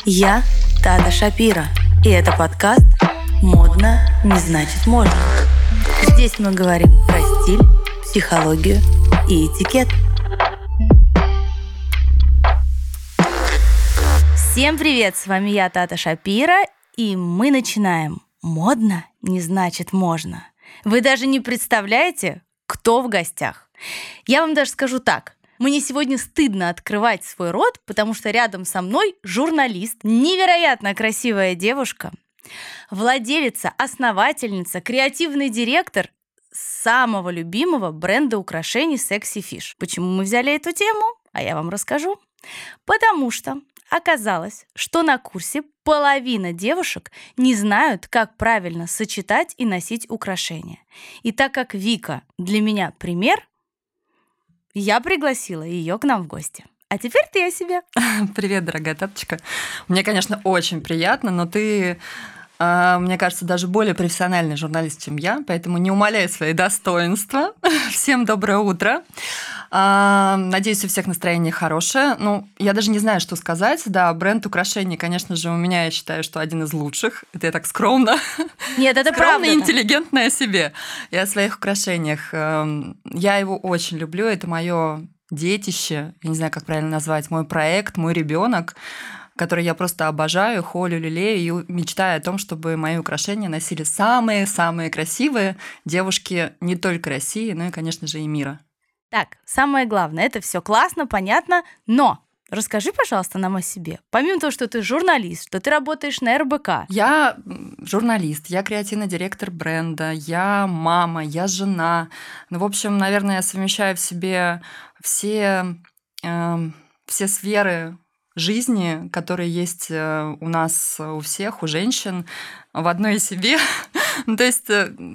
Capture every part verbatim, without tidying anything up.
Я Тата Шапира, и это подкаст «Модно не значит можно». Здесь мы говорим про стиль, психологию и этикет. Всем привет, с вами я, Тата Шапира, и мы начинаем «Модно не значит можно». Вы даже не представляете, кто в гостях. Я вам даже скажу так. Мне сегодня стыдно открывать свой рот, потому что рядом со мной журналист, невероятно красивая девушка, владелица, основательница, креативный директор самого любимого бренда украшений Sexy Fish. Почему мы взяли эту тему? А я вам расскажу. Потому что оказалось, что на курсе половина девушек не знают, как правильно сочетать и носить украшения. И так как Вика для меня пример, я пригласила ее к нам в гости. А теперь ты о себе. Привет, дорогая Таточка. Мне, конечно, очень приятно, но ты, мне кажется, даже более профессиональный журналист, чем я, поэтому не умаляй свои достоинства. Всем доброе утро. Надеюсь, у всех настроение хорошее. Ну, я даже не знаю, что сказать. Да, бренд украшений, конечно же, у меня, я считаю, что один из лучших. Это я так скромно. Нет, это скромно правда. и интеллигентно о себе. И о своих украшениях. Я его очень люблю. Это мое детище. Я не знаю, как правильно назвать. Мой проект, мой ребенок, который я просто обожаю, холю, лелею и мечтаю о том, чтобы мои украшения носили самые-самые красивые девушки не только России, но и, конечно же, и мира. Так, самое главное, это все классно, понятно, но расскажи, пожалуйста, нам о себе. Помимо того, что ты журналист, что ты работаешь на эр бэ ка. Я журналист, я креативный директор бренда, я мама, я жена. Ну, в общем, наверное, я совмещаю в себе все, э, все сферы жизни, которые есть у нас, у всех, у женщин, в одной себе. Ну, то есть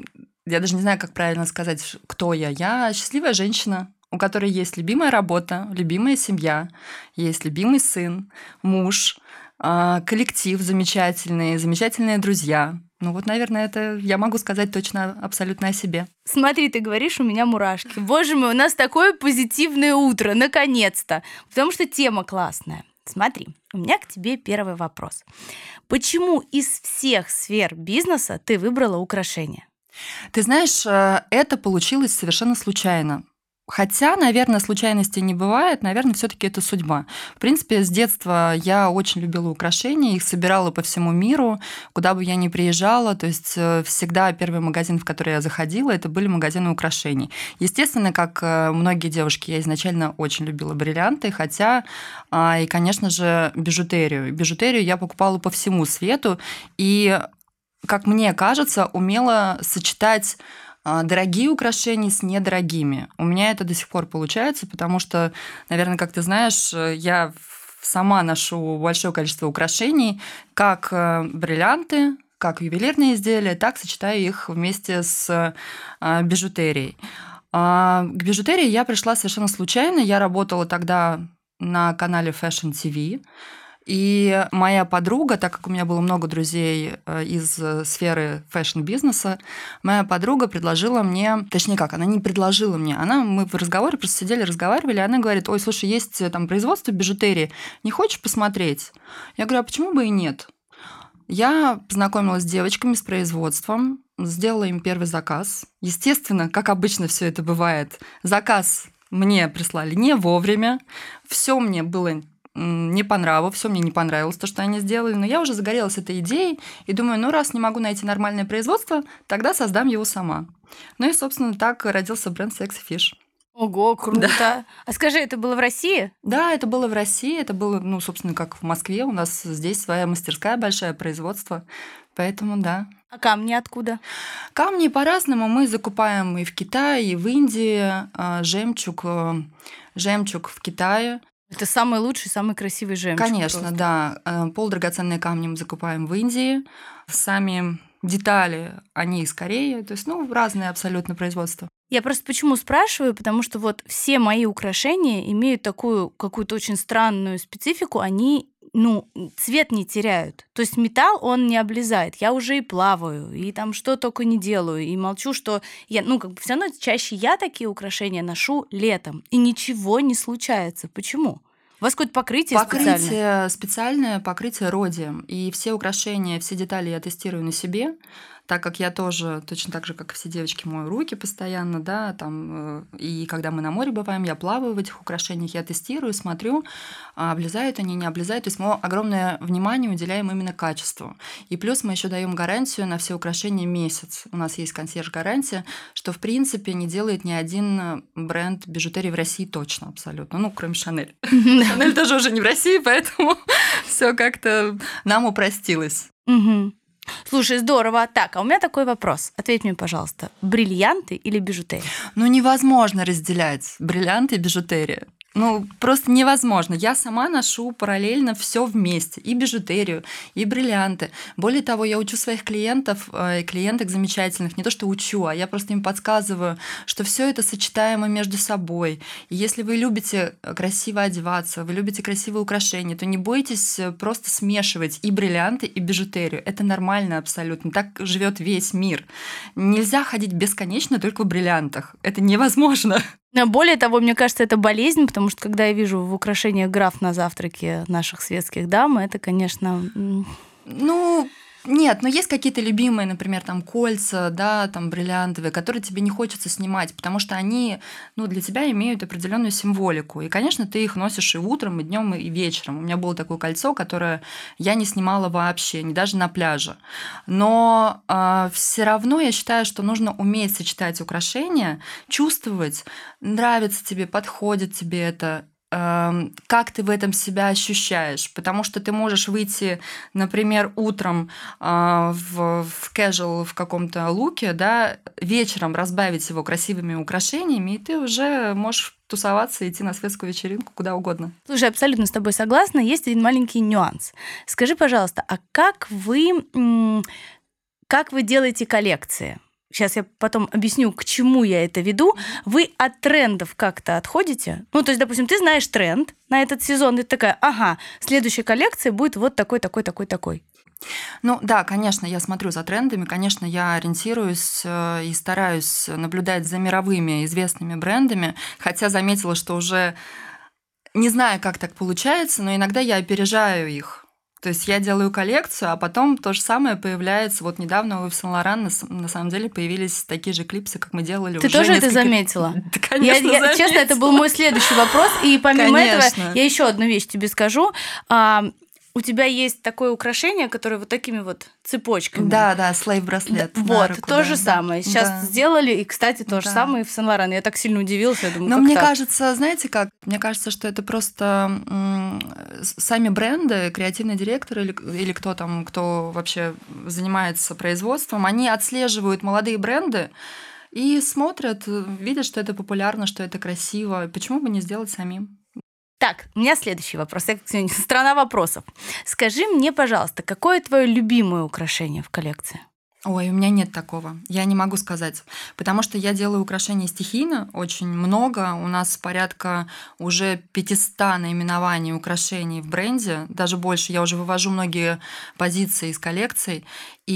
я даже не знаю, как правильно сказать, кто я. Я счастливая женщина, у которой есть любимая работа, любимая семья, есть любимый сын, муж, коллектив замечательный, замечательные друзья. Ну вот, наверное, это я могу сказать точно абсолютно о себе. Смотри, ты говоришь, у меня мурашки. Боже мой, у нас такое позитивное утро, наконец-то. Потому что тема классная. Смотри, у меня к тебе первый вопрос. Почему из всех сфер бизнеса ты выбрала украшения? Ты знаешь, это получилось совершенно случайно. Хотя, наверное, случайностей не бывает, наверное, все-таки это судьба. В принципе, с детства я очень любила украшения, их собирала по всему миру, куда бы я ни приезжала. То есть всегда первый магазин, в который я заходила, это были магазины украшений. Естественно, как многие девушки, я изначально очень любила бриллианты, хотя и, конечно же, бижутерию. Бижутерию я покупала по всему свету и, как мне кажется, умела сочетать дорогие украшения с недорогими. У меня это до сих пор получается, потому что, наверное, как ты знаешь, я сама ношу большое количество украшений, как бриллианты, как ювелирные изделия, так сочетаю их вместе с бижутерией. К бижутерии я пришла совершенно случайно. Я работала тогда на канале Fashion ти ви. И моя подруга, так как у меня было много друзей из сферы фэшн-бизнеса, моя подруга предложила мне, точнее как, она не предложила мне, она, мы в разговоре просто сидели, разговаривали, и она говорит: ой, слушай, есть там производство бижутерии, не хочешь посмотреть? Я говорю: а почему бы и нет? Я познакомилась с девочками, с производством, сделала им первый заказ. Естественно, как обычно все это бывает, заказ мне прислали не вовремя, все мне было не по нраву, все мне не понравилось, то, что они сделали, но я уже загорелась этой идеей и думаю, ну, раз не могу найти нормальное производство, тогда создам его сама. Ну и, собственно, так родился бренд Sexy Fish. Ого, круто! Да. А скажи, это было в России? Да, это было в России, это было, ну, собственно, как в Москве, у нас здесь своя мастерская, большое производство, поэтому да. А камни откуда? Камни по-разному мы закупаем и в Китае, и в Индии, жемчуг, жемчуг в Китае. Это самый лучший, самый красивый жемчуг. Конечно, просто. Да. Полудрагоценные камни мы закупаем в Индии. Сами детали, они из Кореи. То есть, ну, разные абсолютно производства. Я просто почему спрашиваю, потому что вот все мои украшения имеют такую какую-то очень странную специфику. Они, ну, цвет не теряют. То есть металл, он не облезает. Я уже и плаваю, и там что только не делаю. И молчу, что я, ну, как бы все равно чаще я такие украшения ношу летом. И ничего не случается. Почему? У вас какое-то покрытие, покрытие специальное? специальное, покрытие родием. И все украшения, все детали я тестирую на себе, так как я тоже, точно так же, как и все девочки, мою руки постоянно, да, там, э, и когда мы на море бываем, я плаваю в этих украшениях, я тестирую, смотрю, а, облезают они, не облезают. То есть мы огромное внимание уделяем именно качеству. И плюс мы еще даем гарантию на все украшения месяц. У нас есть консьерж-гарантия, что, в принципе, не делает ни один бренд бижутерии в России точно, абсолютно. Ну, кроме Шанель. Шанель тоже уже не в России, поэтому все как-то нам упростилось. Мгм. Слушай, здорово. Так, а у меня такой вопрос. Ответь мне, пожалуйста, бриллианты или бижутерия? Ну, невозможно разделять бриллианты и бижутерию. Ну, просто невозможно. Я сама ношу параллельно все вместе. И бижутерию, и бриллианты. Более того, я учу своих клиентов э, и клиенток замечательных. Не то, что учу, а я просто им подсказываю, что все это сочетаемо между собой. И если вы любите красиво одеваться, вы любите красивые украшения, то не бойтесь просто смешивать и бриллианты, и бижутерию. Это нормально абсолютно. Так живет весь мир. Нельзя ходить бесконечно только в бриллиантах. Это невозможно. Но более того, мне кажется, это болезнь, потому что когда я вижу в украшениях граф на завтраке наших светских дам, это, конечно... м, Ну, нет, но есть какие-то любимые, например, там кольца, да, там бриллиантовые, которые тебе не хочется снимать, потому что они, ну, для тебя имеют определенную символику. И, конечно, ты их носишь и утром, и днем, и вечером. У меня было такое кольцо, которое я не снимала вообще, не даже на пляже. Но все равно я считаю, что нужно уметь сочетать украшения, чувствовать, нравится тебе, подходит тебе это, эм, как ты в этом себя ощущаешь. Потому что ты можешь выйти, например, утром а, в, в casual в каком-то луке, да, вечером разбавить его красивыми украшениями, и ты уже можешь тусоваться и идти на светскую вечеринку куда угодно. Слушай, абсолютно с тобой согласна. Есть один маленький нюанс. Скажи, пожалуйста, а как вы, м, как вы делаете коллекции? Сейчас я потом объясню, к чему я это веду. Вы от трендов как-то отходите? Ну, то есть, допустим, ты знаешь тренд на этот сезон, и ты такая, ага, следующая коллекция будет вот такой, такой, такой, такой. Ну да, конечно, я смотрю за трендами, конечно, я ориентируюсь э, и стараюсь наблюдать за мировыми известными брендами, хотя заметила, что уже не знаю, как так получается, но иногда я опережаю их. То есть я делаю коллекцию, а потом то же самое появляется. Вот недавно у Ив Сен-Лоран на, с- на самом деле появились такие же клипсы, как мы делали Ты уже тоже это несколько... заметила? Да, Я, конечно, я- честно, это был заметила. мой следующий вопрос. И помимо этого, Конечно. я еще одну вещь тебе скажу. А, у тебя есть такое украшение, которое вот такими вот цепочками. Да, да, слейв Да, браслет на вот, руку, то да, же да, самое. Сейчас да. сделали, и, кстати, то же Да. самое и в Сен-Лоран. Я так сильно удивилась, я думаю, Но как мне так? кажется, знаете как? Мне кажется, что это просто м, с- сами бренды, креативный директор или, или кто там, кто вообще занимается производством, они отслеживают молодые бренды и смотрят, э, видят, что это популярно, что это красиво. Почему бы не сделать самим? Так, у меня следующий вопрос. Я, как сегодня, страна вопросов. Скажи мне, пожалуйста, какое твое любимое украшение в коллекции? Ой, у меня нет такого. Я не могу сказать. Потому что я делаю украшения стихийно, очень много. У нас порядка уже пятьсот наименований украшений в бренде, даже больше. Я уже вывожу многие позиции из коллекций.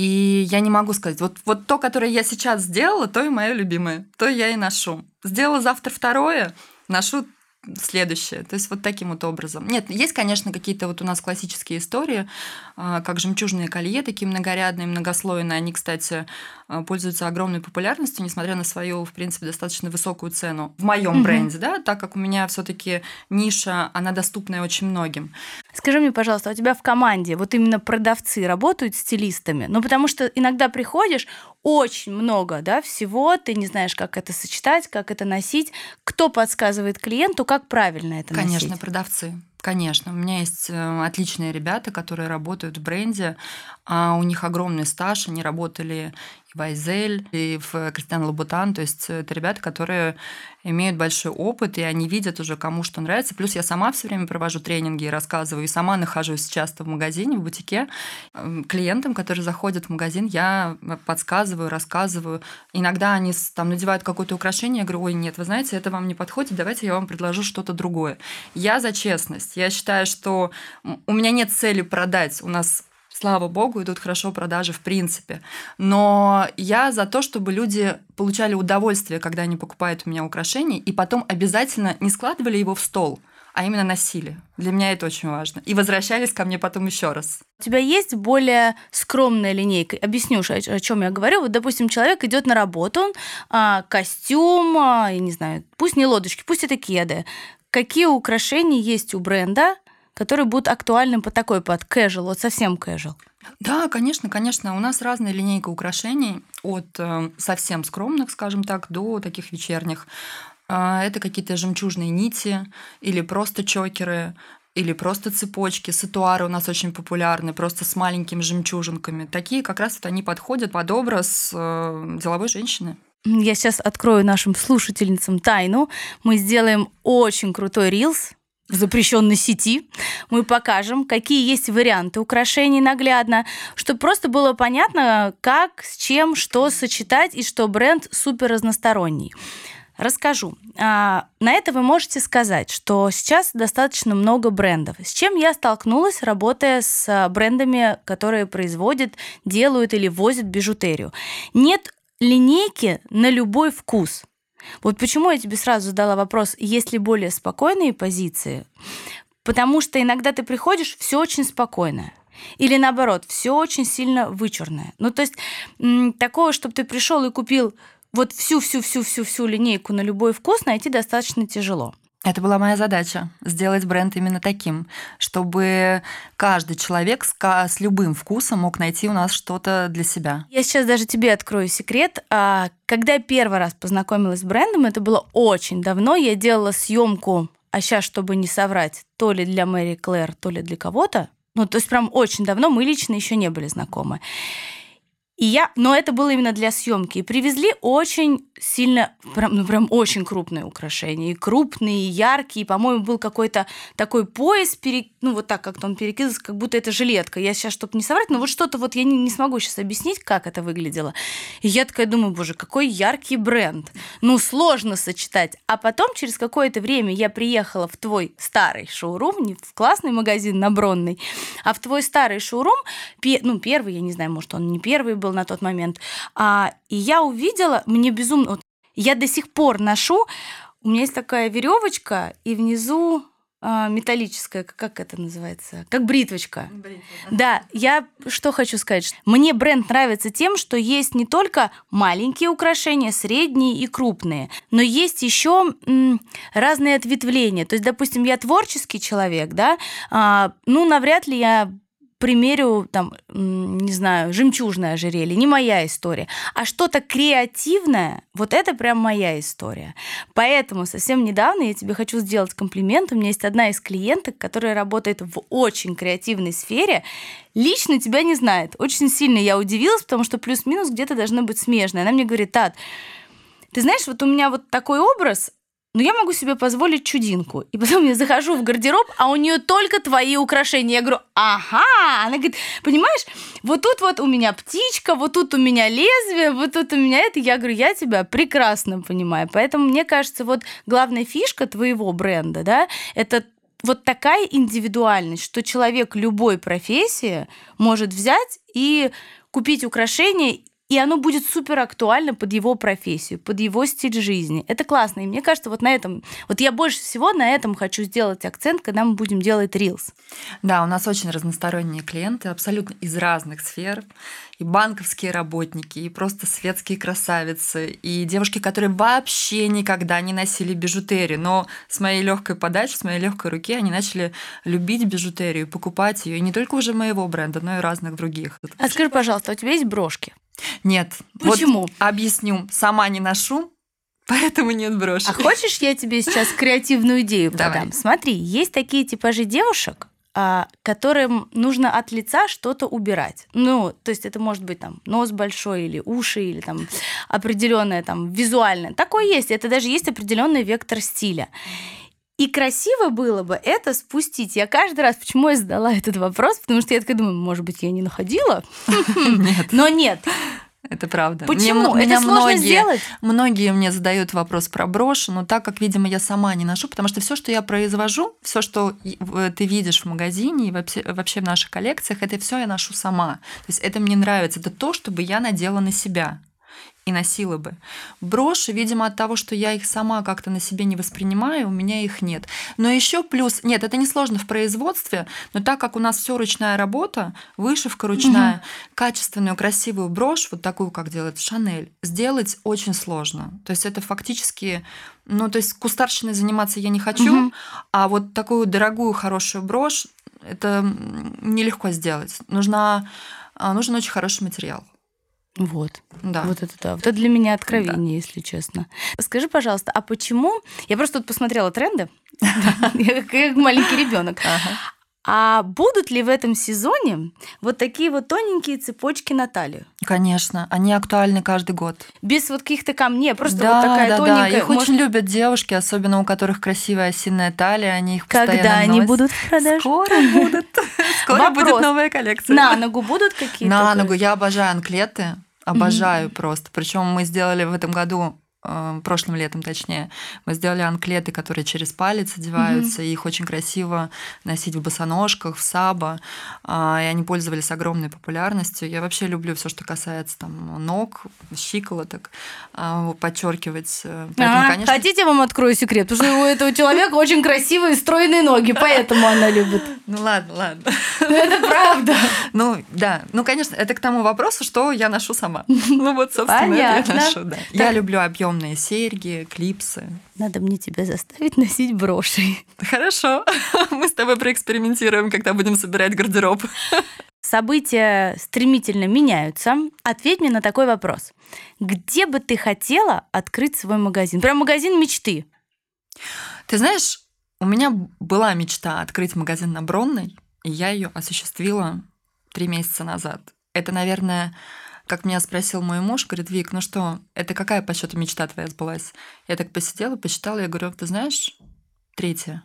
И я не могу сказать. Вот, вот то, которое я сейчас сделала, то и мое любимое. То я и ношу. Сделала завтра второе, ношу следующее. То есть вот таким вот образом. Нет, есть, конечно, какие-то вот у нас классические истории, а, как жемчужные колье, такие многорядные, многослойные. Они, кстати, а, пользуются огромной популярностью, несмотря на свою, в принципе, достаточно высокую цену в моем Мгм. бренде, да, так как у меня все-таки ниша, она доступная очень многим. Скажи мне, пожалуйста, а у тебя в команде вот именно продавцы работают стилистами? Ну, потому что иногда приходишь, очень много, да, всего, ты не знаешь, как это сочетать, как это носить. Кто подсказывает клиенту, как правильно это Конечно, носить? продавцы. Конечно, у меня есть э, отличные ребята, которые работают в бренде, а у них огромный стаж, они работали и в Айзель, и в Кристиан Лабутан, то есть это ребята, которые имеют большой опыт, и они видят уже, кому что нравится. Плюс я сама все время провожу тренинги и рассказываю, и сама нахожусь часто в магазине, в бутике. Эм, Клиентам, которые заходят в магазин, я подсказываю, рассказываю. Иногда они с- там надевают какое-то украшение, я говорю, ой, нет, вы знаете, это вам не подходит, давайте я вам предложу что-то другое. Я за честность. Я считаю, что м, у меня нет цели продать. У нас, слава богу, идут хорошо продажи в принципе. Но я за то, чтобы люди получали удовольствие, когда они покупают у меня украшения, и потом обязательно не складывали его в стол, а именно носили. Для меня это очень важно. И возвращались ко мне потом еще раз. У тебя есть более скромная линейка? Объясню, о чем я говорю. Вот, допустим, человек идет на работу, а, костюм, а, я не знаю, пусть не лодочки, пусть это кеды. Какие украшения есть у бренда, которые будут актуальны по такой, под casual, вот совсем casual? Да, конечно, конечно. У нас разная линейка украшений, от э, совсем скромных, скажем так, до таких вечерних. Э, это какие-то жемчужные нити или просто чокеры, или просто цепочки. Сатуары у нас очень популярны, просто с маленькими жемчужинками. Такие как раз вот они подходят под образ э, деловой женщины. Я сейчас открою нашим слушательницам тайну. Мы сделаем очень крутой рилс в запрещенной сети. Мы покажем, какие есть варианты украшений наглядно, чтобы просто было понятно, как, с чем, что сочетать, и что бренд супер разносторонний. Расскажу. На это вы можете сказать, что сейчас достаточно много брендов. С чем я столкнулась, работая с брендами, которые производят, делают или возят бижутерию. Нет линейки на любой вкус. Вот почему я тебе сразу задала вопрос, есть ли более спокойные позиции? Потому что иногда ты приходишь, все очень спокойное. Или наоборот, все очень сильно вычурное. Ну, то есть м- такого, чтобы ты пришел и купил вот всю-всю-всю-всю-всю линейку на любой вкус, найти достаточно тяжело. Это была моя задача – сделать бренд именно таким, чтобы каждый человек с, с любым вкусом мог найти у нас что-то для себя. Я сейчас даже тебе открою секрет. Когда я первый раз познакомилась с брендом, это было очень давно, я делала съемку, а сейчас, чтобы не соврать, то ли для Мэри Клэр, то ли для кого-то. Ну, то есть прям очень давно, мы лично еще не были знакомы. И я, но это было именно для съемки. И привезли очень сильно, прям, ну прям очень крупные украшения. И крупные, и яркие. И, по-моему, был какой-то такой пояс, пере, ну вот так как-то он перекидывался, как будто это жилетка. Я сейчас, чтобы не соврать, но вот что-то вот я не, не смогу сейчас объяснить, как это выглядело. И я такая думаю, боже, какой яркий бренд. Ну, сложно сочетать. А потом, через какое-то время, я приехала в твой старый шоурум, не в классный магазин на Бронной, а в твой старый шоурум, ну, первый, я не знаю, может, он не первый был на тот момент. А, и я увидела, мне безумно... Вот, я до сих пор ношу, у меня есть такая веревочка, и внизу а, металлическая, как это называется? Как бритвочка. Бритва, да. Да, я что хочу сказать. Мне бренд нравится тем, что есть не только маленькие украшения, средние и крупные, но есть еще м, разные ответвления. То есть, допустим, я творческий человек, да, а, ну, навряд ли я примерю, там, не знаю, жемчужное ожерелье, не моя история, а что-то креативное, вот это прям моя история. Поэтому совсем недавно я тебе хочу сделать комплимент. У меня есть одна из клиенток, которая работает в очень креативной сфере, лично тебя не знает. Очень сильно я удивилась, потому что плюс-минус где-то должны быть смежные. Она мне говорит: Тат, ты знаешь, вот у меня вот такой образ, но я могу себе позволить чудинку. И потом я захожу в гардероб, а у нее только твои украшения. Я говорю: ага. Она говорит: понимаешь, вот тут вот у меня птичка, вот тут у меня лезвие, вот тут у меня это. Я говорю: я тебя прекрасно понимаю. Поэтому мне кажется, вот главная фишка твоего бренда, да, это вот такая индивидуальность, что человек любой профессии может взять и купить украшения, и оно будет супер актуально под его профессию, под его стиль жизни. Это классно. И мне кажется, вот на этом, вот я больше всего на этом хочу сделать акцент, когда мы будем делать рилс. Да, у нас очень разносторонние клиенты, абсолютно из разных сфер. И банковские работники, и просто светские красавицы, и девушки, которые вообще никогда не носили бижутерию, но с моей легкой подачи, с моей легкой руки они начали любить бижутерию, покупать ее, и не только уже моего бренда, но и разных других. А скажи, пожалуйста, у тебя есть брошки? Нет. Почему? Вот объясню. Сама не ношу, поэтому нет брошек. А хочешь, я тебе сейчас креативную идею подам? Давай. Смотри, есть такие типажи девушек, которым нужно от лица что-то убирать. Ну, то есть это может быть там нос большой или уши, или там определенное там визуальное. Такое есть. Это даже есть определенный вектор стиля. И красиво было бы это спустить. Я каждый раз, почему я задала этот вопрос, потому что я такая думаю, может быть, я не находила? Нет. Но нет. Это правда. Почему? Мне, это сложно многие, сделать? Многие мне задают вопрос про брошь, но так как, видимо, я сама не ношу, потому что все, что я произвожу, все, что ты видишь в магазине и вообще, вообще в наших коллекциях, это все я ношу сама. То есть это мне нравится. Это то, чтобы я надела на себя. и носила бы. Броши, видимо, от того, что я их сама как-то на себе не воспринимаю, у меня их нет. Но еще плюс, нет, это не сложно в производстве, но так как у нас все ручная работа, вышивка ручная, угу. качественную, красивую брошь, вот такую, как делает Шанель, сделать очень сложно. То есть это фактически, ну, то есть кустарщиной заниматься я не хочу, угу. а вот такую дорогую, хорошую брошь, это нелегко сделать. Нужна, нужен очень хороший материал. Вот. Да. Вот это да. Вот это для меня откровение, да. если честно. Скажи, пожалуйста, а почему... Я просто тут посмотрела тренды, я как маленький ребенок. А будут ли в этом сезоне вот такие вот тоненькие цепочки на талию? Конечно, они актуальны каждый год. Без вот каких-то камней, просто да, вот такая да, тоненькая. Да, их может... очень любят девушки, особенно у которых красивая осиная талия, они их Когда постоянно носят. Когда они будут в продаже? Скоро будут. Скоро будет новая коллекция. На ногу будут какие-то? На ногу. Я обожаю анклеты. Обожаю mm-hmm. просто. Причем мы сделали в этом году, э, прошлым летом точнее, мы сделали анклеты, которые через палец одеваются, mm-hmm. и их очень красиво носить в босоножках, в сабо, э, и они пользовались огромной популярностью. Я вообще люблю все, что касается там, ног, щиколоток, э, подчеркивать. Поэтому, а, конечно... Хотите, я вам открою секрет? Потому что у этого человека очень красивые стройные ноги, поэтому она любит. Ну ладно, ладно. Это правда. Ну да, ну конечно, это к тому вопросу, что я ношу сама. Ну вот, собственно, это я ношу, да. Я люблю объемные серьги, клипсы. Надо мне тебя заставить носить броши. Хорошо, мы с тобой проэкспериментируем, когда будем собирать гардероб. События стремительно меняются. Ответь мне на такой вопрос. Где бы ты хотела открыть свой магазин? Прям магазин мечты. Ты знаешь, у меня была мечта открыть магазин на Бронной, и я ее осуществила три месяца назад. Это, наверное, как меня спросил мой муж, говорит: Вик, ну что, это какая по счету мечта твоя сбылась? Я так посидела, посчитала, я говорю: ты знаешь, третья.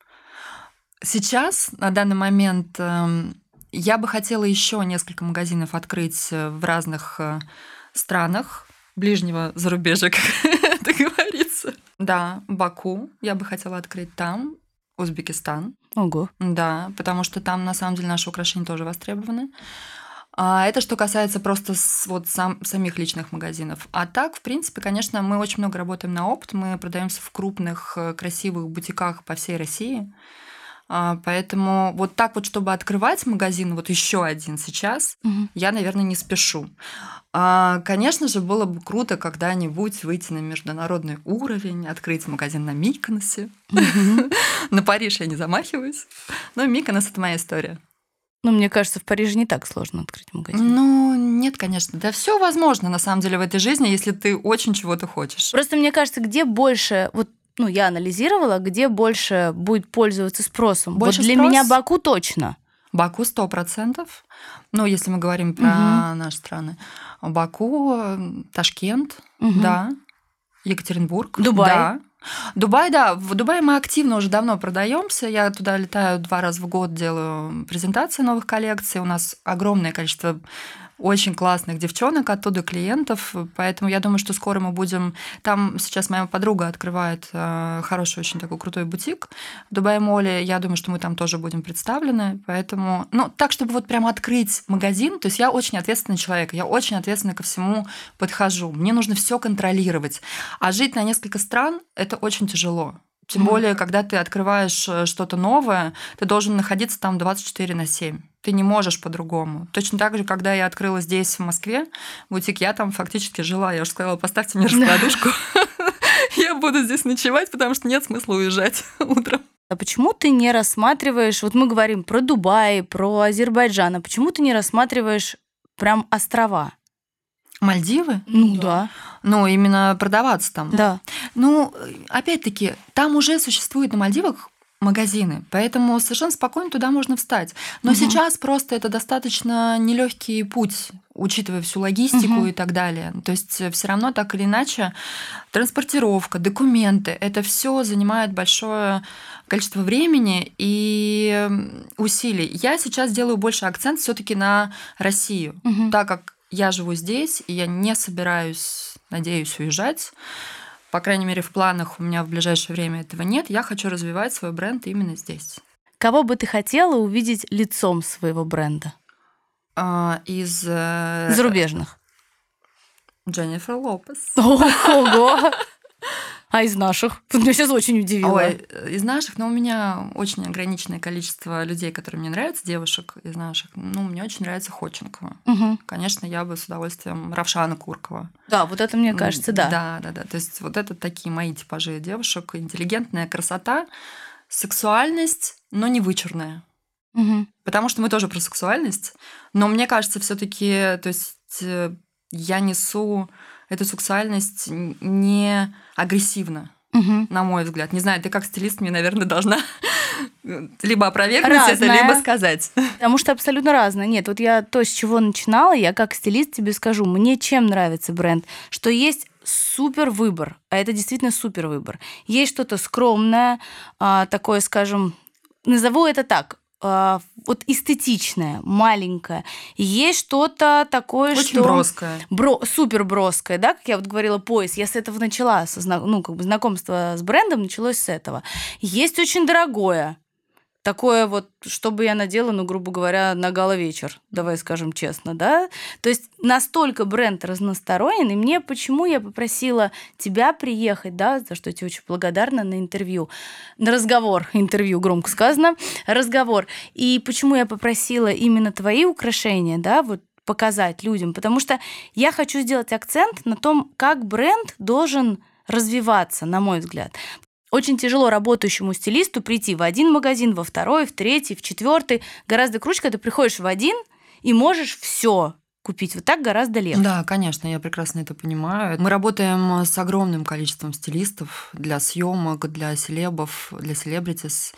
Сейчас, на данный момент, я бы хотела еще несколько магазинов открыть в разных странах ближнего зарубежья, как это говорится. Да, Баку я бы хотела открыть там, Узбекистан. Ого. Да, потому что там, на самом деле, наши украшения тоже востребованы. А это что касается просто вот сам, самих личных магазинов. А так, в принципе, конечно, мы очень много работаем на опыт. Мы продаемся в крупных, красивых бутиках по всей России. Поэтому вот так вот, чтобы открывать магазин, вот еще один сейчас, угу. я, наверное, не спешу. Конечно же, было бы круто когда-нибудь выйти на международный уровень, открыть магазин на Миконосе. Угу. На Париж я не замахиваюсь, но Миконос – это моя история. Ну, мне кажется, в Париже не так сложно открыть магазин. Ну, нет, конечно. Да все возможно, на самом деле, в этой жизни, если ты очень чего-то хочешь. Просто мне кажется, где больше... Вот, ну, я анализировала, где больше будет пользоваться спросом. Больше вот для спрос? меня Баку точно. Баку сто процентов. Ну, если мы говорим про угу. наши страны. Баку, Ташкент, угу. да. Екатеринбург. Дубай. Да. Дубай, да. В Дубае мы активно уже давно продаемся. Я туда летаю два раза в год, делаю презентации новых коллекций. У нас огромное количество очень классных девчонок, оттуда клиентов. Поэтому я думаю, что скоро мы будем... Там сейчас моя подруга открывает хороший, очень такой крутой бутик в Дубай-моле. Я думаю, что мы там тоже будем представлены. Поэтому... Ну, так, чтобы вот прямо открыть магазин. То есть я очень ответственный человек. Я очень ответственно ко всему подхожу. Мне нужно все контролировать. А жить на несколько стран – это очень тяжело. Тем более, когда ты открываешь что-то новое, ты должен находиться там двадцать четыре на семь. Ты не можешь по-другому. Точно так же, когда я открыла здесь, в Москве, бутик, я там фактически жила. Я уже сказала: поставьте мне раскладушку. Я буду здесь ночевать, потому что нет смысла уезжать утром. А почему ты не рассматриваешь... Вот мы говорим про Дубай, про Азербайджан. А почему ты не рассматриваешь прям острова? Мальдивы? Ну да. Ну, именно продаваться там. Да. Ну, опять-таки, там уже существует на Мальдивах магазины, поэтому совершенно спокойно туда можно встать. Но угу. сейчас просто это достаточно нелегкий путь, учитывая всю логистику угу. и так далее. То есть все равно так или иначе транспортировка, документы, это все занимает большое количество времени и усилий. Я сейчас делаю больше акцент все-таки на Россию, угу. так как я живу здесь, и я не собираюсь, надеюсь, уезжать. По крайней мере, в планах у меня в ближайшее время этого нет. Я хочу развивать свой бренд именно здесь. Кого бы ты хотела увидеть лицом своего бренда? А, из... Зарубежных. Дженнифер Лопес. Ого! А из наших? Тут меня сейчас очень удивило. Ой, из наших, но у меня очень ограниченное количество людей, которые мне нравятся, девушек из наших. Ну, мне очень нравится Ходченкова. Угу. Конечно, я бы с удовольствием Равшана Куркова. Да, вот это, мне кажется, да. Да, да, да. То есть вот это такие мои типажи девушек. Интеллигентная красота, сексуальность, но не вычурная. Угу. Потому что мы тоже про сексуальность, но мне кажется, все-таки, то есть я несу эту сексуальность не агрессивно, угу. на мой взгляд. Не знаю, ты как стилист мне, наверное, должна либо опровергнуть Разная. это, либо сказать. Потому что абсолютно разное. Нет, вот я то, с чего начинала, я как стилист тебе скажу, мне чем нравится бренд, что есть супер выбор, а это действительно супер выбор. Есть что-то скромное, такое, скажем, назову это так, вот эстетичное, маленькое. Есть что-то такое, очень что... броское. Бро... Супер броское, да, как я вот говорила, пояс. Я с этого начала, со зна... ну, как бы знакомство с брендом началось с этого. Есть очень дорогое. Такое вот, чтобы я надела, ну, грубо говоря, на гала-вечер, давай скажем честно, да? То есть настолько бренд разносторонен, и мне почему я попросила тебя приехать, да, за что я тебе очень благодарна, на интервью, на разговор, интервью громко сказано, разговор. И почему я попросила именно твои украшения, да, вот показать людям, потому что я хочу сделать акцент на том, как бренд должен развиваться, на мой взгляд. Очень тяжело работающему стилисту прийти в один магазин, во второй, в третий, в четвертый. Гораздо круче, когда ты приходишь в один и можешь все купить. Вот так гораздо легче. Да, конечно, я прекрасно это понимаю. Мы работаем с огромным количеством стилистов для съемок, для селебов, для селебритис.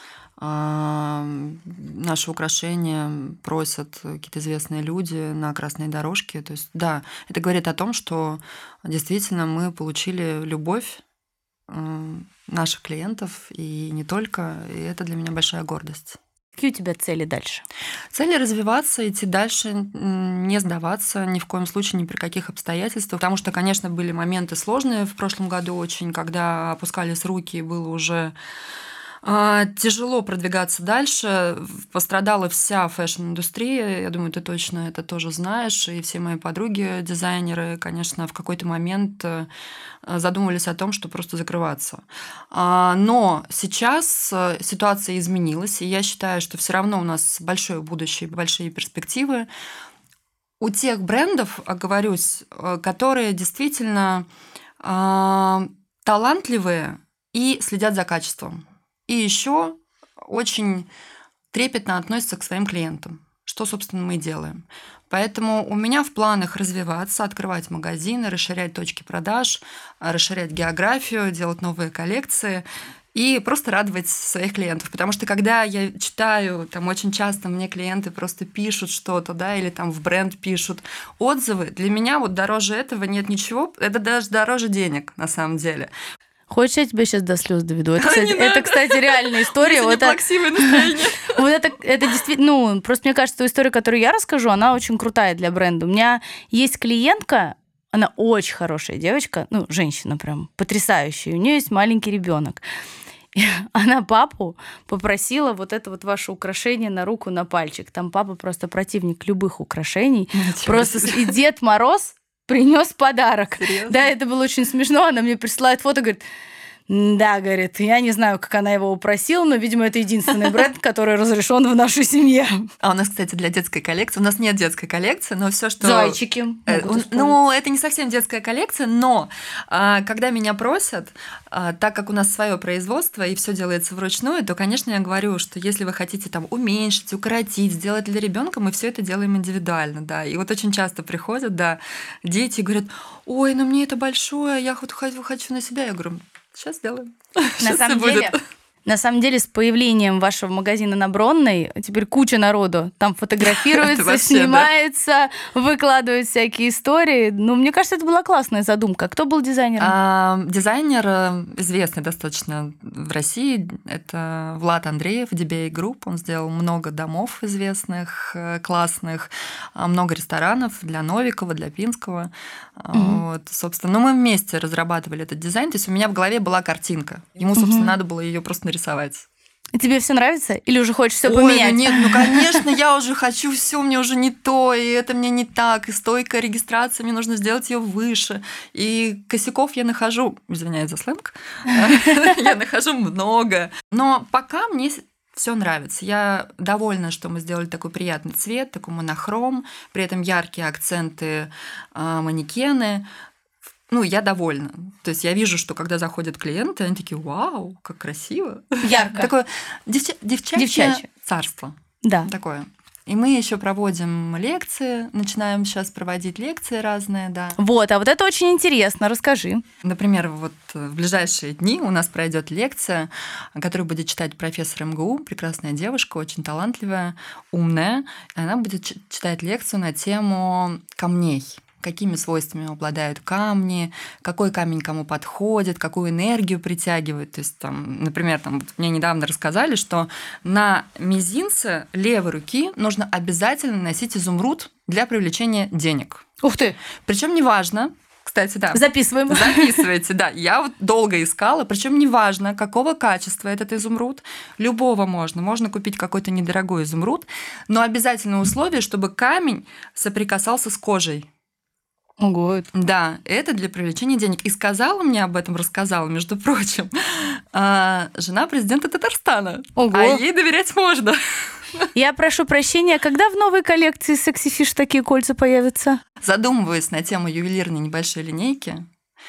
Наши украшения просят какие-то известные люди на красной дорожке. То есть, да, это говорит о том, что действительно мы получили любовь наших клиентов, и не только, и это для меня большая гордость. Какие у тебя цели дальше? Цели развиваться, идти дальше, не сдаваться ни в коем случае, ни при каких обстоятельствах, потому что, конечно, были моменты сложные в прошлом году очень, когда опускались руки, и было уже тяжело продвигаться дальше. Пострадала вся фэшн-индустрия. Я думаю, ты точно это тоже знаешь. И все мои подруги, дизайнеры, конечно, в какой-то момент задумывались о том, что просто закрываться. Но сейчас ситуация изменилась, и я считаю, что все равно у нас большое будущее, большие перспективы. У тех брендов, оговорюсь, которые действительно талантливые и следят за качеством. И еще очень трепетно относятся к своим клиентам, что, собственно, мы и делаем. Поэтому у меня в планах развиваться, открывать магазины, расширять точки продаж, расширять географию, делать новые коллекции и просто радовать своих клиентов. Потому что когда я читаю, там очень часто мне клиенты просто пишут что-то, да, или там в бренд пишут отзывы, для меня вот дороже этого нет ничего, это даже дороже денег на самом деле. Хочешь, я тебя сейчас до слез доведу? Это, кстати, это, кстати, реальная история. Вот это плаксивое настроение. Вот это, это действительно, ну, просто мне кажется, история, которую я расскажу, она очень крутая для бренда. У меня есть клиентка, она очень хорошая девочка, ну, женщина прям потрясающая. У нее есть маленький ребенок. Она папу попросила вот это вот ваше украшение на руку, на пальчик. Там папа просто противник любых украшений. Ничего просто себе. И Дед Мороз принес подарок. Серьезно? Да, это было очень смешно. Она мне присылает фото, говорит, да, говорит, я не знаю, как она его упросила, но, видимо, это единственный бренд, который разрешен в нашей семье. А у нас, кстати, для детской коллекции, у нас нет детской коллекции, но все, что... Зайчики. Ну, это не совсем детская коллекция, но а, когда меня просят, а, так как у нас свое производство и все делается вручную, то, конечно, я говорю, что если вы хотите там уменьшить, укоротить, сделать для ребенка, мы все это делаем индивидуально, да. И вот очень часто приходят, да, дети и говорят, ой, ну мне это большое, я вот хочу, хочу на себя. Я говорю, сейчас сделаем. На Сейчас самом всё деле, будет. на самом деле, с появлением вашего магазина на Бронной теперь куча народу там фотографируется, Это вообще, снимается, выкладывают всякие истории. Ну, мне кажется, это была классная задумка. Кто был дизайнером? А, дизайнер э, известный достаточно в России, это Влад Андреев, ди би эй Group. Он сделал много домов известных, э, классных, а, много ресторанов для Новикова, для Пинского. Мгм. Вот, собственно, но мы вместе разрабатывали этот дизайн. То есть у меня в голове была картинка. Ему, собственно, Мгм. надо было ее просто нарисовать. Тебе все нравится? Или уже хочешь все Ой, поменять? ну нет, ну конечно, я уже хочу все, мне уже не то, и это мне не так, и стойка регистрации, мне нужно сделать ее выше. И косяков я нахожу, извиняюсь за сленг, я нахожу много. Но пока мне все нравится. Я довольна, что мы сделали такой приятный цвет, такой монохром, при этом яркие акценты, манекены. Ну, я довольна. То есть я вижу, что когда заходят клиенты, они такие: вау, как красиво. Ярко. Такое девча- девчачье, Девчачье. царство. Да. Такое. И мы еще проводим лекции, начинаем сейчас проводить лекции разные, да. Вот, а вот это очень интересно, расскажи. Например, вот в ближайшие дни у нас пройдет лекция, которую будет читать профессор эм гэ у, прекрасная девушка, очень талантливая, умная. И она будет читать лекцию на тему камней. Какими свойствами обладают камни, какой камень кому подходит, какую энергию притягивает. То есть, там, например, там, мне недавно рассказали, что на мизинце левой руки нужно обязательно носить изумруд для привлечения денег. Ух ты! Причем неважно, кстати, да. Записываем. Записывайте, да. Я вот долго искала, причем неважно, какого качества этот изумруд, любого можно. Можно купить какой-то недорогой изумруд, но обязательное условие, чтобы камень соприкасался с кожей. Ого. Да, это для привлечения денег. И сказала мне об этом, рассказала, между прочим, жена президента Татарстана. Ого. А ей доверять можно. Я прошу прощения, когда в новой коллекции Sexy Fish такие кольца появятся? Задумываюсь на тему ювелирной небольшой линейки,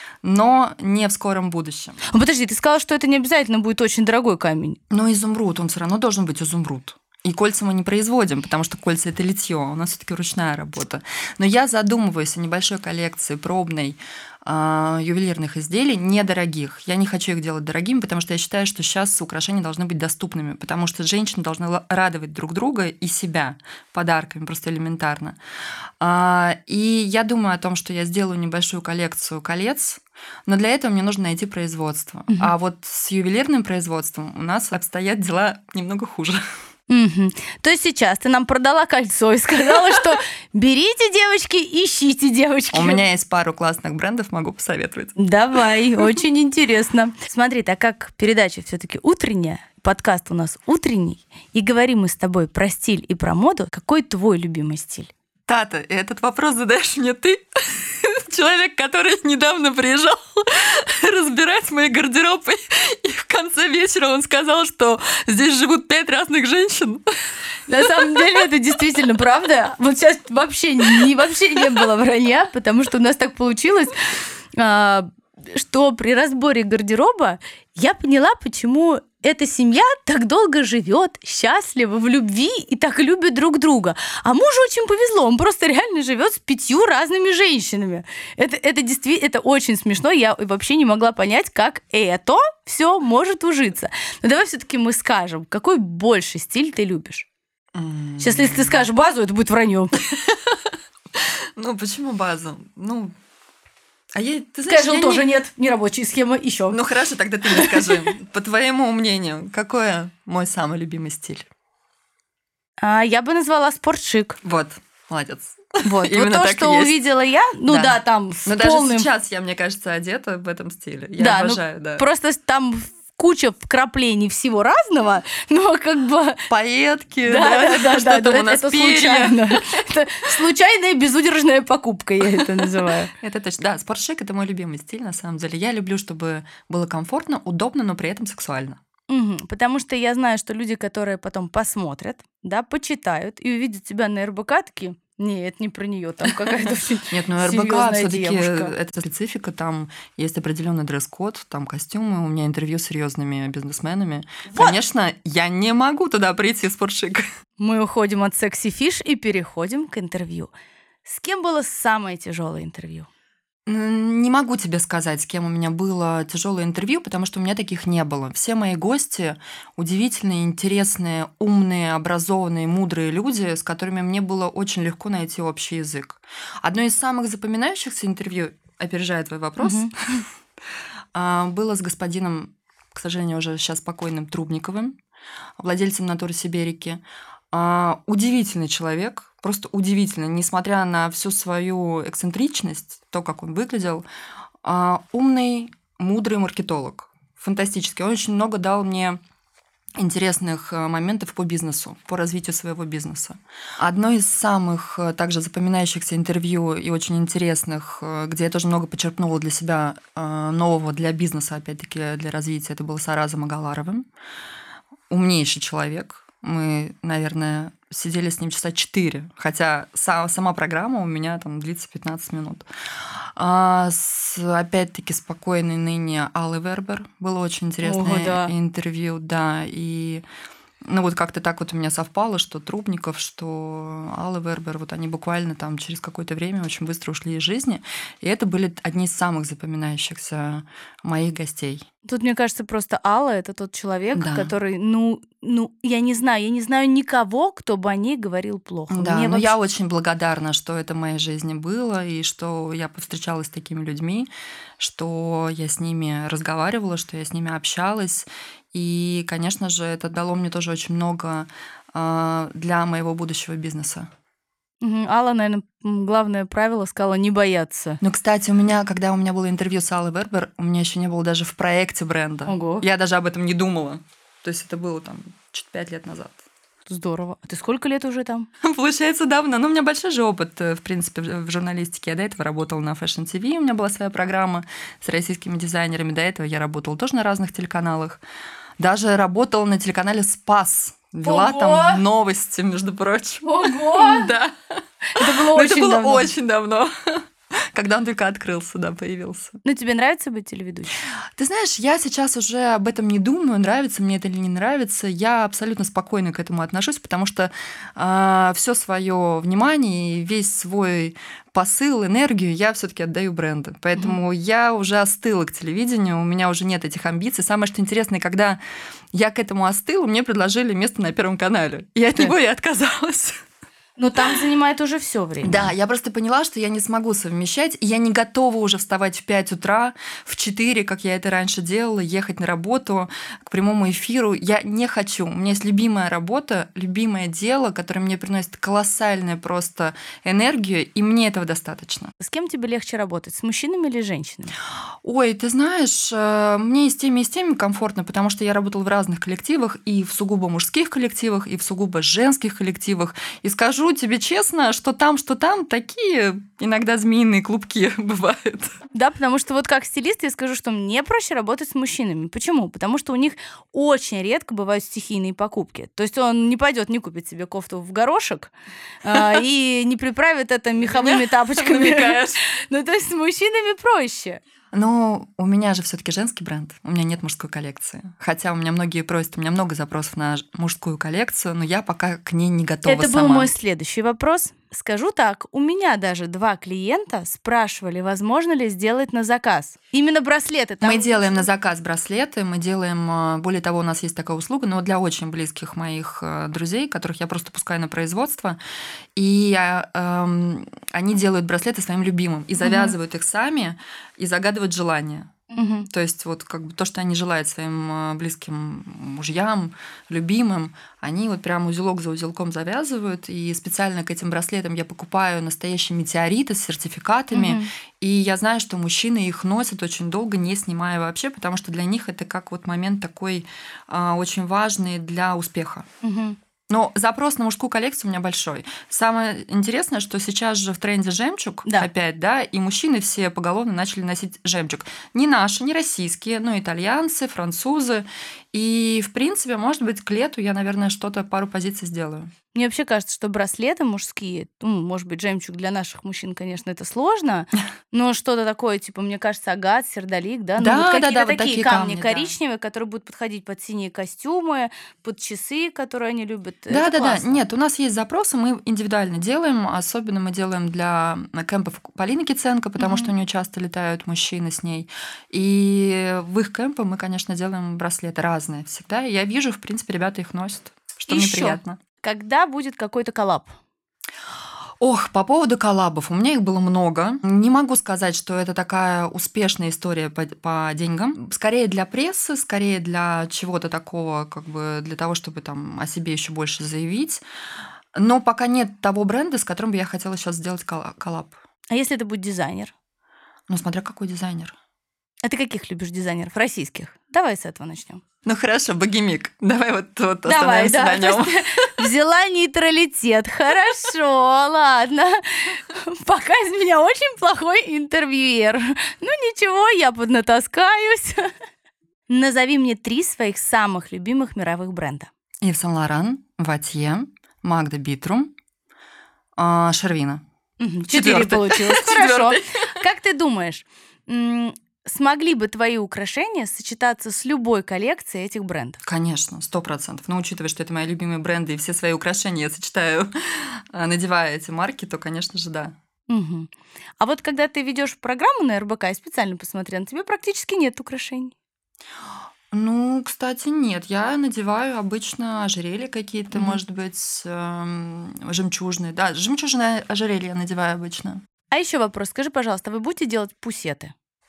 но не в скором будущем. Ну, подожди, ты сказала, что это не обязательно будет очень дорогой камень. Но изумруд, он все равно должен быть изумруд. И кольца мы не производим, потому что кольца – это литье, у нас все-таки ручная работа. Но я задумываюсь о небольшой коллекции пробной э, ювелирных изделий, недорогих. Я не хочу их делать дорогими, потому что я считаю, что сейчас украшения должны быть доступными, потому что женщины должны радовать друг друга и себя подарками, просто элементарно. Э, и я думаю о том, что я сделаю небольшую коллекцию колец, но для этого мне нужно найти производство. Угу. А вот с ювелирным производством у нас обстоят дела немного хуже. Угу. То есть сейчас ты нам продала кольцо и сказала, что берите, девочки, ищите, девочки. У меня есть пару классных брендов, могу посоветовать. Давай, очень интересно. Смотри, так как передача все-таки утренняя, подкаст у нас утренний, и говорим мы с тобой про стиль и про моду, какой твой любимый стиль? Тата, этот вопрос задаешь мне ты? Человек, который недавно приезжал разбирать мой гардероб, и в конце вечера он сказал, что здесь живут пять разных женщин. На самом деле это действительно правда. Вот сейчас вообще не, вообще не было вранья, потому что у нас так получилось, что при разборе гардероба я поняла, почему эта семья так долго живет, счастлива, в любви и так любит друг друга. А мужу очень повезло, он просто реально живет с пятью разными женщинами. Это, это действительно, это очень смешно. Я вообще не могла понять, как это все может ужиться. Но давай все-таки мы скажем, какой больше стиль ты любишь? Mm. Сейчас, если ты скажешь базу, это будет вранье. Ну, почему базу? Ну, а я, ты знаешь, Скажем, я тоже не... нет, нерабочая схема еще. Ну хорошо, тогда ты мне скажи, по твоему мнению, какой мой самый любимый стиль? А, я бы назвала спортшик. Вот, молодец. Вот, вот то, что увидела я, ну да, да там с Но полным... даже сейчас я, мне кажется, одета в этом стиле. Я да, обожаю, ну, да. Просто там куча вкраплений всего разного, но как бы... Пайетки, да, да, да, что да, там у нас это случайно. Это случайная безудержная покупка, я это называю. Это точно. Да, спортшик – это мой любимый стиль, на самом деле. Я люблю, чтобы было комфортно, удобно, но при этом сексуально. Угу, потому что я знаю, что люди, которые потом посмотрят, да, почитают и увидят тебя на эр бэ ка, такие... Нет, не про нее, там какая-то очень Нет, ну эр бэ ка все-таки девушка. Это специфика, там есть определенный дресс-код, там костюмы, у меня интервью с серьезными бизнесменами. Вот. Конечно, я не могу туда прийти в спортшик. Мы уходим от Sexy Fish и переходим к интервью. С кем было самое тяжелое интервью? Не могу тебе сказать, с кем у меня было тяжелое интервью, потому что у меня таких не было. Все мои гости удивительные, интересные, умные, образованные, мудрые люди, с которыми мне было очень легко найти общий язык. Одно из самых запоминающихся интервью, опережая твой вопрос, угу. было с господином, к сожалению, уже сейчас покойным Трубниковым, владельцем Натуры Сиберики. Удивительный человек, просто удивительно, несмотря на всю свою эксцентричность, то, как он выглядел, умный, мудрый маркетолог, фантастический. Он очень много дал мне интересных э, моментов по бизнесу, по развитию своего бизнеса. Одно из самых э, также запоминающихся интервью и очень интересных, э, где я тоже много почерпнула для себя э, нового для бизнеса, опять-таки для развития, это был с Аразом Агаларовым. Умнейший человек. Мы, наверное, сидели с ним часа четыре, хотя са- сама программа у меня там длится пятнадцать минут. А, с, опять-таки, спокойной ныне Аллы Вербер. Было очень Ого, интересное да. интервью, да, и ну вот как-то так вот у меня совпало, что Трубников, что Алла Вербер, вот они буквально там через какое-то время очень быстро ушли из жизни, и это были одни из самых запоминающихся моих гостей. Тут, мне кажется, просто Алла — это тот человек, Да. который, ну, ну, я не знаю, я не знаю никого, кто бы о ней говорил плохо. Да, Мне но я вообще... очень благодарна, что это в моей жизни было, и что я повстречалась с такими людьми, что я с ними разговаривала, что я с ними общалась. И, конечно же, это дало мне тоже очень много а, для моего будущего бизнеса. Мгм. Алла, наверное, главное правило сказала не бояться. Ну, кстати, у меня, когда у меня было интервью с Аллой Вербер, у меня еще не было даже в проекте бренда. Ого, Я даже об этом не думала. То есть это было там чуть пять лет назад. здорово. А ты сколько лет уже там? Получается, давно. Ну, у меня большой же опыт, э, в принципе, в в журналистике. Я до этого работала на Fashion ти ви, у меня была своя программа с российскими дизайнерами. До этого я работала тоже на разных телеканалах. Даже работала на телеканале «Спас». Вела Ого! там новости, между прочим. Ого! Да. Это было Но это очень было давно. очень давно. Когда он только открылся, да, появился. Ну, тебе нравится быть телеведущей? Ты знаешь, я сейчас уже об этом не думаю, нравится мне это или не нравится. Я абсолютно спокойно к этому отношусь, потому что э, все свое внимание и весь свой посыл, энергию я все-таки отдаю бренду. Поэтому mm-hmm. я уже остыла к телевидению, у меня уже нет этих амбиций. Самое что интересное, когда я к этому остыла, мне предложили место на Первом канале. И от него я отказалась. Ну, там занимает уже все время. Да, я просто поняла, что я не смогу совмещать, и я не готова уже вставать в пять утра, в четыре, как я это раньше делала, ехать на работу к прямому эфиру. Я не хочу. У меня есть любимая работа, любимое дело, которое мне приносит колоссальную просто энергию, и мне этого достаточно. С кем тебе легче работать, с мужчинами или женщинами? Ой, ты знаешь, мне и с теми, и с теми комфортно, потому что я работала в разных коллективах, и в сугубо мужских коллективах, и в сугубо женских коллективах. И скажу тебе честно, что там, что там, такие иногда змеиные клубки бывают. Да, потому что вот как стилист я скажу, что мне проще работать с мужчинами. Почему? Потому что у них очень редко бывают стихийные покупки. То есть он не пойдет, не купит себе кофту в горошек а, и не приправит это меховыми тапочками. Ну, то есть с мужчинами проще. Но у меня же все-таки женский бренд, у меня нет мужской коллекции. Хотя у меня многие просят, у меня много запросов на мужскую коллекцию, но я пока к ней не готова Это сама. был мой следующий вопрос. Скажу так, у меня даже два клиента спрашивали, возможно ли сделать на заказ. Именно браслеты. Там... Мы делаем на заказ браслеты, мы делаем, более того, у нас есть такая услуга, но для очень близких моих друзей, которых я просто пускаю на производство, и эм, они делают браслеты своим любимым и завязывают угу. их сами и загадывают желания. Угу. То есть вот как бы то, что они желают своим близким мужьям, любимым, они вот прям узелок за узелком завязывают, и специально к этим браслетам я покупаю настоящие метеориты с сертификатами, угу. и я знаю, что мужчины их носят очень долго, не снимая вообще, потому что для них это как вот момент такой а, очень важный для успеха. Угу. Но запрос на мужскую коллекцию у меня большой. Самое интересное, что сейчас же в тренде жемчуг да. опять, да, и мужчины все поголовно начали носить жемчуг. Не наши, не российские, но итальянцы, французы. И, в принципе, может быть, к лету я, наверное, что-то, пару позиций сделаю. Мне вообще кажется, что браслеты мужские, ну, может быть, жемчуг для наших мужчин, конечно, это сложно, но что-то такое, типа, мне кажется, агат, сердолик, да? Да, ну, вот какие-то да, да, такие, вот такие камни, камни коричневые, да. которые будут подходить под синие костюмы, под часы, которые они любят. Да, это да, классно. да. Нет, у нас есть запросы, мы индивидуально делаем, особенно мы делаем для кемпов Полины Киценко, потому mm-hmm. что у нее часто летают мужчины с ней. И в их кемпы мы, конечно, делаем браслеты разные всегда. И я вижу, в принципе, ребята их носят, что мне приятно. Когда будет какой-то коллаб? Ох, по поводу коллабов. У меня их было много. Не могу сказать, что это такая успешная история по, по деньгам. Скорее для прессы, скорее для чего-то такого, как бы для того, чтобы там о себе еще больше заявить. Но пока нет того бренда, с которым бы я хотела сейчас сделать коллаб. А если это будет дизайнер? Ну, смотря какой дизайнер. А ты каких любишь дизайнеров? Российских? Давай с этого начнем. Ну хорошо, богемик. Давай вот, вот Давай, остановимся да. на нем. Взяла нейтралитет. Хорошо, ладно. Пока из меня очень плохой интервьюер. Ну ничего, я поднатаскаюсь. Назови мне три своих самых любимых мировых бренда. Ив Сен Лоран, Ватье, Магда Битрум, а, Шервина. Угу, четыре получилось. Хорошо. Как ты думаешь, смогли бы твои украшения сочетаться с любой коллекцией этих брендов? Конечно, сто процентов. Но учитывая, что это мои любимые бренды, и все свои украшения я сочетаю, надевая эти марки, то, конечно же, да. Угу. А вот когда ты ведешь программу на эр бэ ка, я специально посмотрела, на тебе практически нет украшений. Ну, кстати, нет. Я надеваю обычно ожерелья какие-то, Мгм. может быть, эм, жемчужные. Да, жемчужное ожерелье я надеваю обычно. А еще вопрос. Скажи, пожалуйста, вы будете делать пусеты?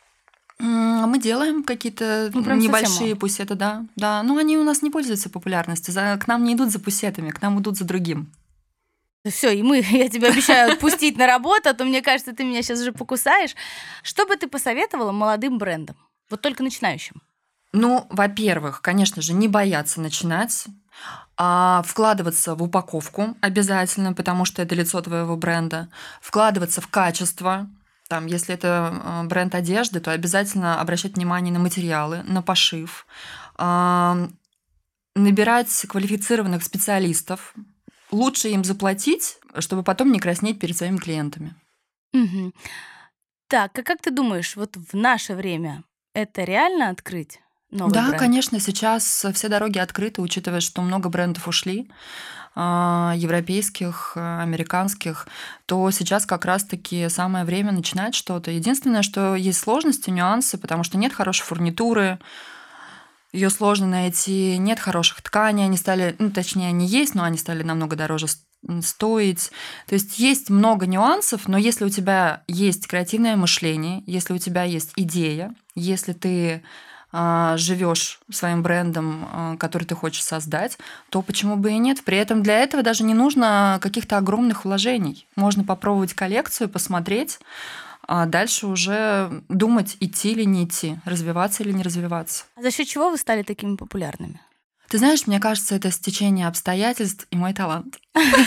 М, Мы делаем какие-то Ну, прям совсем небольшие мало. пусеты, да. Да, но они у нас не пользуются популярностью. За- К нам не идут за пусетами, к нам идут за другим. Все, и мы, я тебе обещаю отпустить на работу, а то, мне кажется, ты меня сейчас уже покусаешь. Что бы ты посоветовала молодым брендам? Вот только начинающим. Ну, во-первых, конечно же, не бояться начинать, а вкладываться в упаковку обязательно, потому что это лицо твоего бренда, вкладываться в качество. Там, если это э, бренд одежды, то обязательно обращать внимание на материалы, на пошив, а, набирать квалифицированных специалистов, лучше им заплатить, чтобы потом не краснеть перед своими клиентами. Мгм. Так, а как ты думаешь, вот в наше время это реально открыть новый Да, бренд? конечно, сейчас все дороги открыты, учитывая, что много брендов ушли, а, европейских, а, американских, то сейчас как раз-таки самое время начинать что-то. Единственное, что есть сложности, нюансы, потому что нет хорошей фурнитуры, ее сложно найти, нет хороших тканей, они стали, ну, точнее, они есть, но они стали намного дороже с- м, стоить. То есть есть много нюансов, но если у тебя есть креативное мышление, если у тебя есть идея, если ты живешь своим брендом, а, который ты хочешь создать, то почему бы и нет? При этом для этого даже не нужно каких-то огромных вложений. Можно попробовать коллекцию, посмотреть, а дальше уже думать, идти или не идти, развиваться или не развиваться. А за счет чего вы стали такими популярными? Ты знаешь, мне кажется, это стечение обстоятельств и мой талант.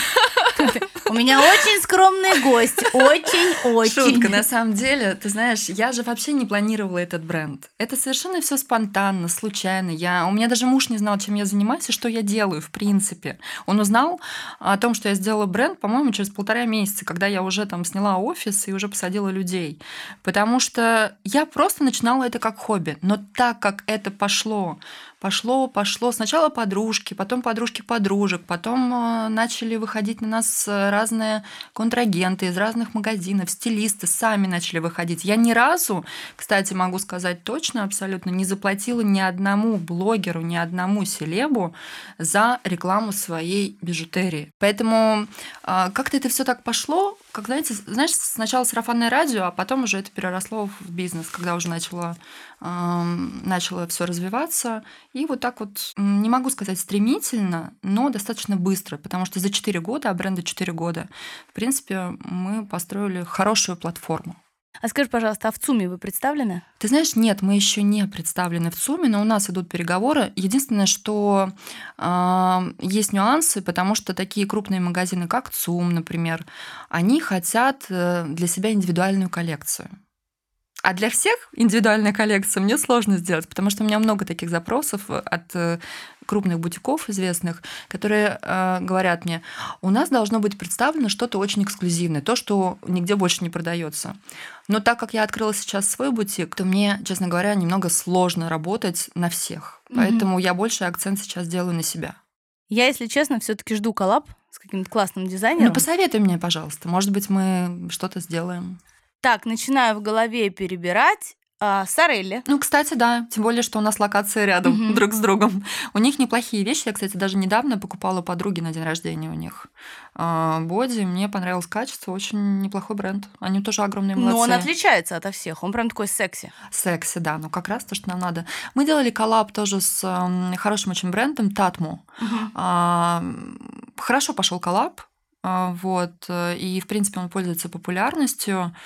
У меня очень скромный гость, очень-очень. Шутка, на самом деле, ты знаешь, я же вообще не планировала этот бренд. Это совершенно все спонтанно, случайно. Я, у меня даже муж не знал, чем я занимаюсь и что я делаю, в принципе. Он узнал о том, что я сделала бренд, по-моему, через полтора месяца, когда я уже там сняла офис и уже посадила людей. Потому что я просто начинала это как хобби. Но так как это пошло, пошло, пошло. Сначала подружки, потом подружки подружек, потом э, начали выходить на нас э, разные контрагенты из разных магазинов, стилисты сами начали выходить. Я ни разу, кстати, могу сказать точно, абсолютно, не заплатила ни одному блогеру, ни одному селебу за рекламу своей бижутерии. Поэтому э, как-то это все так пошло, как, знаете, знаешь, сначала сарафанное радио, а потом уже это переросло в бизнес, когда уже начало, э, начало все развиваться. И вот так вот, м, не могу сказать стремительно, но достаточно быстро, потому что за четыре года, а бренду четыре года, в принципе, мы построили хорошую платформу. А скажи, пожалуйста, а в ЦУМе вы представлены? Ты знаешь, нет, мы еще не представлены в ЦУМе, но у нас идут переговоры. Единственное, что э, есть нюансы, потому что такие крупные магазины, как ЦУМ, например, они хотят э, для себя индивидуальную коллекцию. А для всех индивидуальная коллекция мне сложно сделать, потому что у меня много таких запросов от э, крупных бутиков известных, которые э, говорят мне, у нас должно быть представлено что-то очень эксклюзивное, то, что нигде больше не продается. Но так как я открыла сейчас свой бутик, то мне, честно говоря, немного сложно работать на всех. Мгм. Поэтому я больше акцент сейчас делаю на себя. Я, если честно, все-таки жду коллаб с каким-то классным Ну, дизайнером. посоветуй мне, пожалуйста. Может быть, мы что-то сделаем. Так, начинаю в голове перебирать. А, Сорелли. Ну, кстати, да. Тем более, что у нас локации рядом Мгм. друг с другом. У них неплохие вещи. Я, кстати, даже недавно покупала подруге на день рождения у них а, боди. Мне понравилось качество. Очень неплохой бренд. Они тоже огромные молодцы. Но он отличается ото всех. Он прям такой секси. Секси, да. Ну, как раз то, что нам надо. Мы делали коллаб тоже с м, хорошим очень брендом Татму. Мгм. А, Хорошо пошел коллаб. а, Вот. э, И, в принципе, он пользуется популярностью.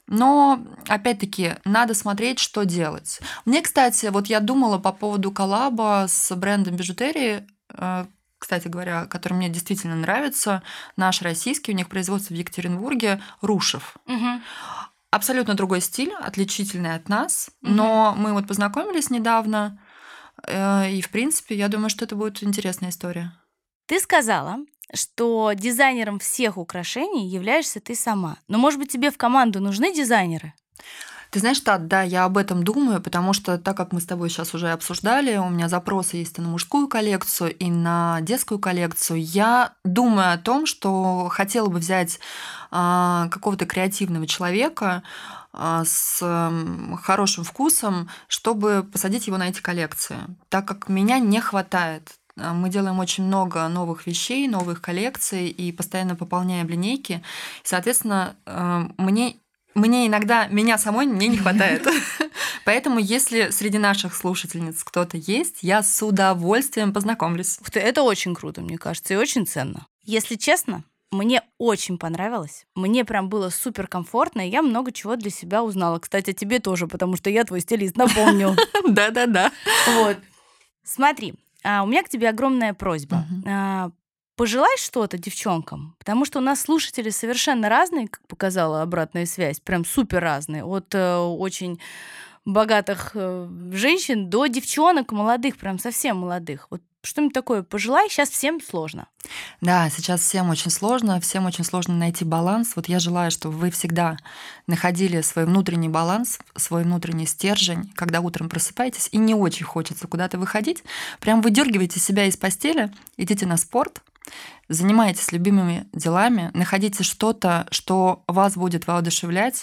Но, опять-таки, надо смотреть, что делать. Мне, кстати, вот я думала по поводу коллаба с брендом бижутерии, э, кстати говоря, который мне действительно нравится, наш российский, у них производство в Екатеринбурге, Рушев. Мгм. Абсолютно другой стиль, отличительный от нас, Мгм. но мы вот познакомились недавно, э, и, в принципе, я думаю, что это будет интересная история. Ты сказала, что дизайнером всех украшений являешься ты сама. Но, может быть, тебе в команду нужны дизайнеры? Ты знаешь, Тат, да, я об этом думаю, потому что, так как мы с тобой сейчас уже обсуждали, у меня запросы есть и на мужскую коллекцию, и на детскую коллекцию. Я думаю о том, что хотела бы взять а, какого-то креативного человека а, с м, хорошим вкусом, чтобы посадить его на эти коллекции, так как меня не хватает. А, Мы делаем очень много новых вещей, новых коллекций и постоянно пополняем линейки. Соответственно, э, мне мне иногда, меня самой мне не хватает. Поэтому, если среди наших слушательниц кто-то есть, я с удовольствием познакомлюсь. Ух ты, это очень круто, мне кажется, и очень ценно. Если честно, мне очень понравилось. Мне прям было супер комфортно, и я много чего для себя узнала. Кстати, тебе тоже, потому что я твой стилист, напомню. Да-да-да. Вот. Смотри, а, у меня к тебе огромная просьба. Мгм. А, Пожелай что-то девчонкам, потому что у нас слушатели совершенно разные, как показала обратная связь, прям супер разные. От э, очень богатых э, женщин до девчонок молодых, прям совсем молодых. Вот что-нибудь такое пожелай, сейчас всем сложно. Да, сейчас всем очень сложно, всем очень сложно найти баланс. Вот я желаю, чтобы вы всегда находили свой внутренний баланс, свой внутренний стержень, когда утром просыпаетесь и не очень хочется куда-то выходить. Прям выдергивайте себя из постели, идите на спорт, занимайтесь любимыми делами, находите что-то, что вас будет воодушевлять.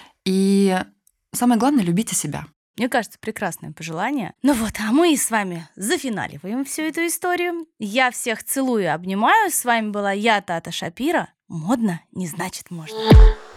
И самое главное, любите себя. Мне кажется, прекрасное пожелание. Ну вот, а мы с вами зафиналиваем всю эту историю. Я всех целую и обнимаю. С вами была я, Тата Шапира. Модно не значит можно.